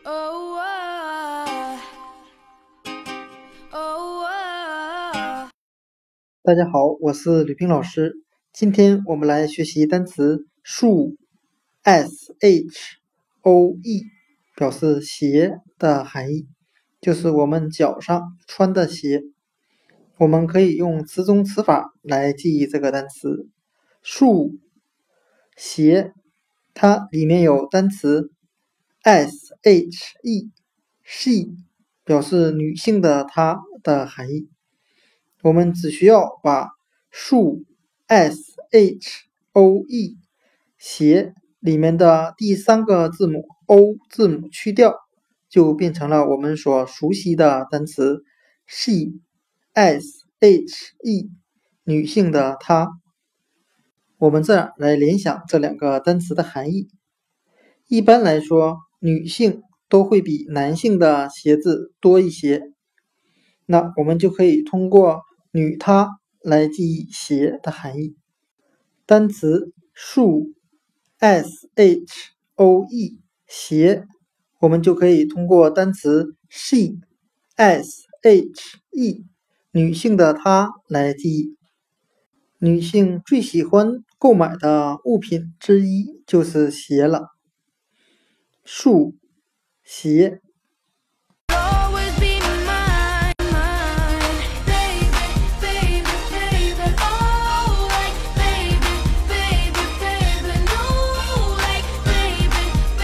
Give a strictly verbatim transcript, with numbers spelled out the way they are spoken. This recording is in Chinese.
Oh, ah, oh, ah. 大家好，我是吕冰老师。今天我们来学习单词shoe S H O E， 表示鞋的含义，就是我们脚上穿的鞋。我们可以用词中词法来记忆这个单词shoe 鞋，它里面有单词 S H E she， 表示女性的她的含义。我们只需要把shoe S H O E 鞋里面的第三个字母 O 字母去掉，就变成了我们所熟悉的单词 she S H E 女性的她。我们这样来联想这两个单词的含义。一般来说，女性都会比男性的鞋子多一些，那我们就可以通过女她来记忆鞋的含义。单词 shoe S H O E 鞋，我们就可以通过单词 she S H E 女性的她来记忆。女性最喜欢购买的物品之一就是鞋了。shoe 鞋